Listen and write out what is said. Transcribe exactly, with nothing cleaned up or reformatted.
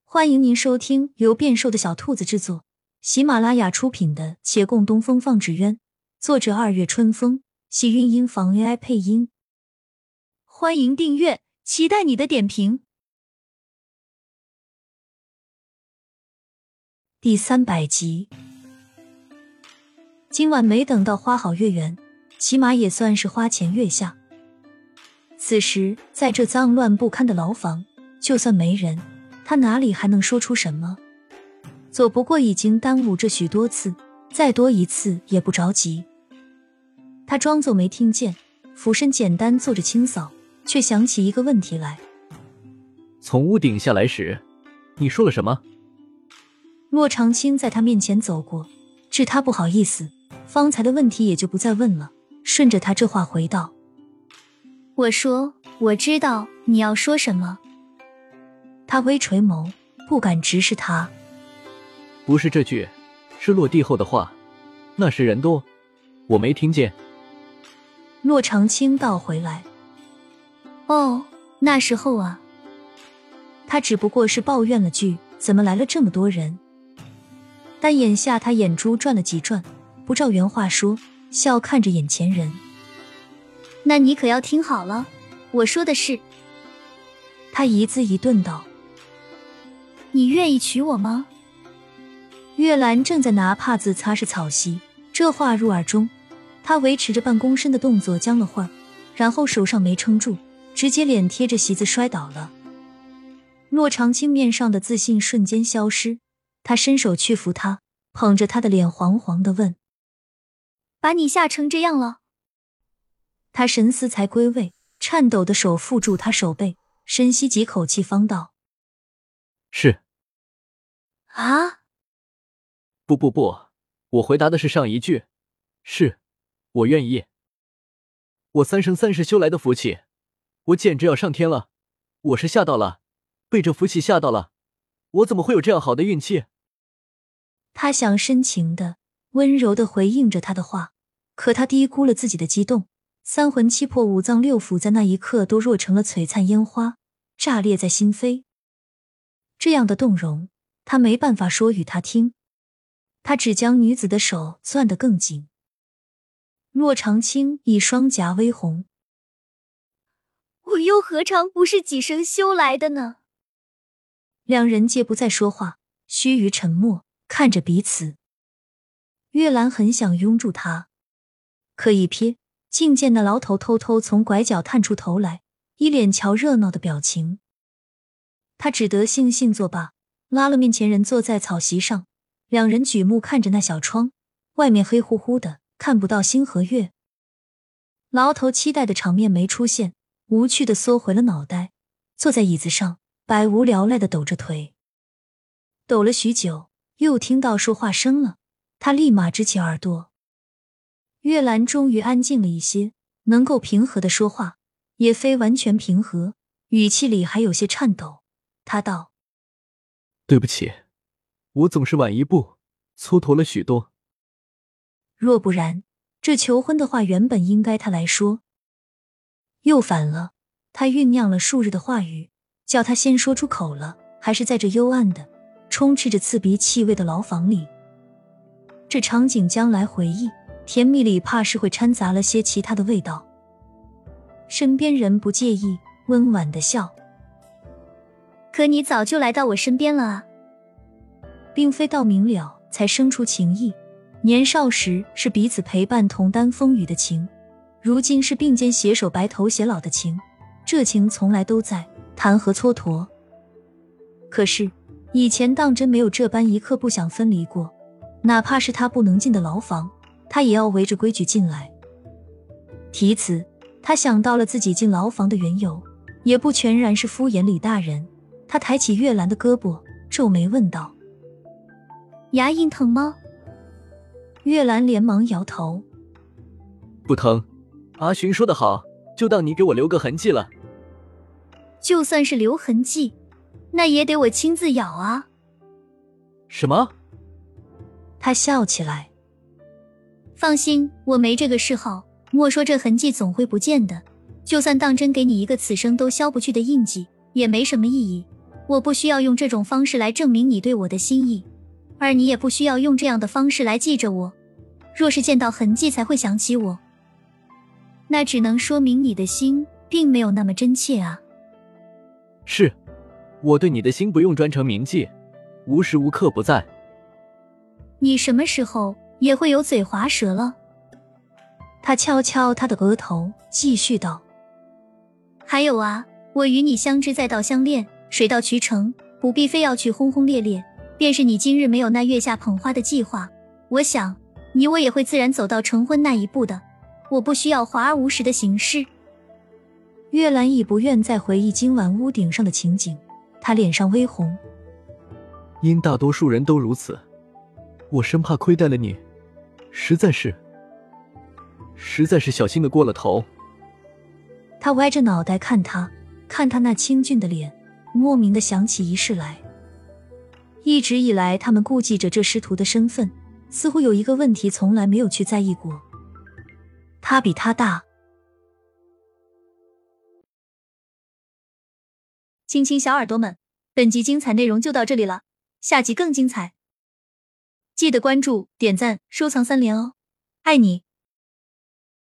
欢迎您收听由变瘦的小兔子制作，喜马拉雅出品的《且共东风放纸鸢》，作者二月春风，喜韵音房 A I 配音。欢迎订阅，期待你的点评。第三百集。今晚没等到花好月圆，起码也算是花前月下。此时在这脏乱不堪的牢房，就算没人，他哪里还能说出什么？走不过已经耽误这许多次，再多一次也不着急。他装作没听见，俯身简单做着清扫，却想起一个问题来。 从屋顶下来时，你说了什么？ 骆长青在他面前走过，致他不好意思，方才的问题也就不再问了，顺着他这话回道： 我说我知道你要说什么。 他微垂眸，不敢直视他。 不是这句，是落地后的话，那时人多，我没听见。 骆长青倒回来。 哦，那时候啊。 他只不过是抱怨了句怎么来了这么多人，但眼下他眼珠转了几转，不照原话说，笑看着眼前人。 那你可要听好了，我说的是。 他一字一顿道： 你愿意娶我吗？ 月兰正在拿帕子擦拭草席，这话入耳中，他维持着半躬身的动作僵了会儿，然后手上没撑住，直接脸贴着席子摔倒了。骆长青面上的自信瞬间消失，他伸手去扶他，捧着他的脸黄黄地问： 把你吓成这样了？ 他神思才归位，颤抖的手扶住他手背，深吸几口气方道： 是。 啊？ 不不不，我回答的是上一句，是，我愿意。我三生三世修来的福气，我简直要上天了，我是吓到了，被这福气吓到了，我怎么会有这样好的运气？ 他想深情的、温柔的回应着他的话，可他低估了自己的激动，三魂七魄五脏六腑在那一刻都弱成了璀璨烟花，炸裂在心扉。这样的动容，他没办法说与他听，他只将女子的手攥得更紧。骆长青一双颊微红， 我又何尝不是几生修来的呢？ 两人皆不再说话，须臾沉默，看着彼此。月兰很想拥住他，可一瞥，竟见那牢头偷偷从拐角探出头来，一脸瞧热闹的表情。他只得悻悻作罢，拉了面前人坐在草席上，两人举目看着那小窗，外面黑乎乎的，看不到星和月。牢头期待的场面没出现，无趣的缩回了脑袋，坐在椅子上，百无聊赖的抖着腿。抖了许久，又听到说话声了，他立马支起耳朵。月兰终于安静了一些，能够平和的说话，也非完全平和，语气里还有些颤抖。他道： 对不起，我总是晚一步，蹉跎了许多。 若不然，这求婚的话原本应该他来说。又反了，他酝酿了数日的话语，叫他先说出口了，还是在这幽暗的、充斥着刺鼻气味的牢房里。这场景将来回忆，甜蜜里怕是会掺杂了些其他的味道。身边人不介意，温婉的笑。 可你早就来到我身边了啊。 并非到明了才生出情谊，年少时是彼此陪伴同担风雨的情，如今是并肩携手白头偕老的情，这情从来都在，谈何蹉跎。可是以前当真没有这般一刻不想分离过，哪怕是他不能进的牢房，他也要围着规矩进来。提此，他想到了自己进牢房的缘由，也不全然是敷衍李大人。他抬起月兰的胳膊，皱眉问道： 牙印疼吗？ 月兰连忙摇头： 不疼，阿寻说得好，就当你给我留个痕迹了。 就算是留痕迹，那也得我亲自咬啊。 什么？ 他笑起来： 放心，我没这个嗜好，莫说这痕迹总会不见的，就算当真给你一个此生都消不去的印记，也没什么意义。 我不需要用这种方式来证明你对我的心意，而你也不需要用这样的方式来记着我。若是见到痕迹才会想起我，那只能说明你的心并没有那么真切啊。 是，我对你的心不用专程铭记，无时无刻不在。 你什么时候也会有嘴滑舌了？ 他敲敲他的额头，继续道： 还有啊，我与你相知再到相恋，水到渠成，不必非要去轰轰烈烈。便是你今日没有那月下捧花的计划，我想你我也会自然走到成婚那一步的。我不需要华而无实的形式。 月兰已不愿再回忆今晚屋顶上的情景，她脸上微红。 因大多数人都如此，我生怕亏待了你，实在是实在是小心的过了头。 他歪着脑袋看他，看他那清俊的脸，莫名的想起一事来。一直以来他们顾忌着这师徒的身份，似乎有一个问题从来没有去在意过，他比他大。 亲亲小耳朵们，本集精彩内容就到这里了，下集更精彩，记得关注、点赞、收藏三连哦，爱你。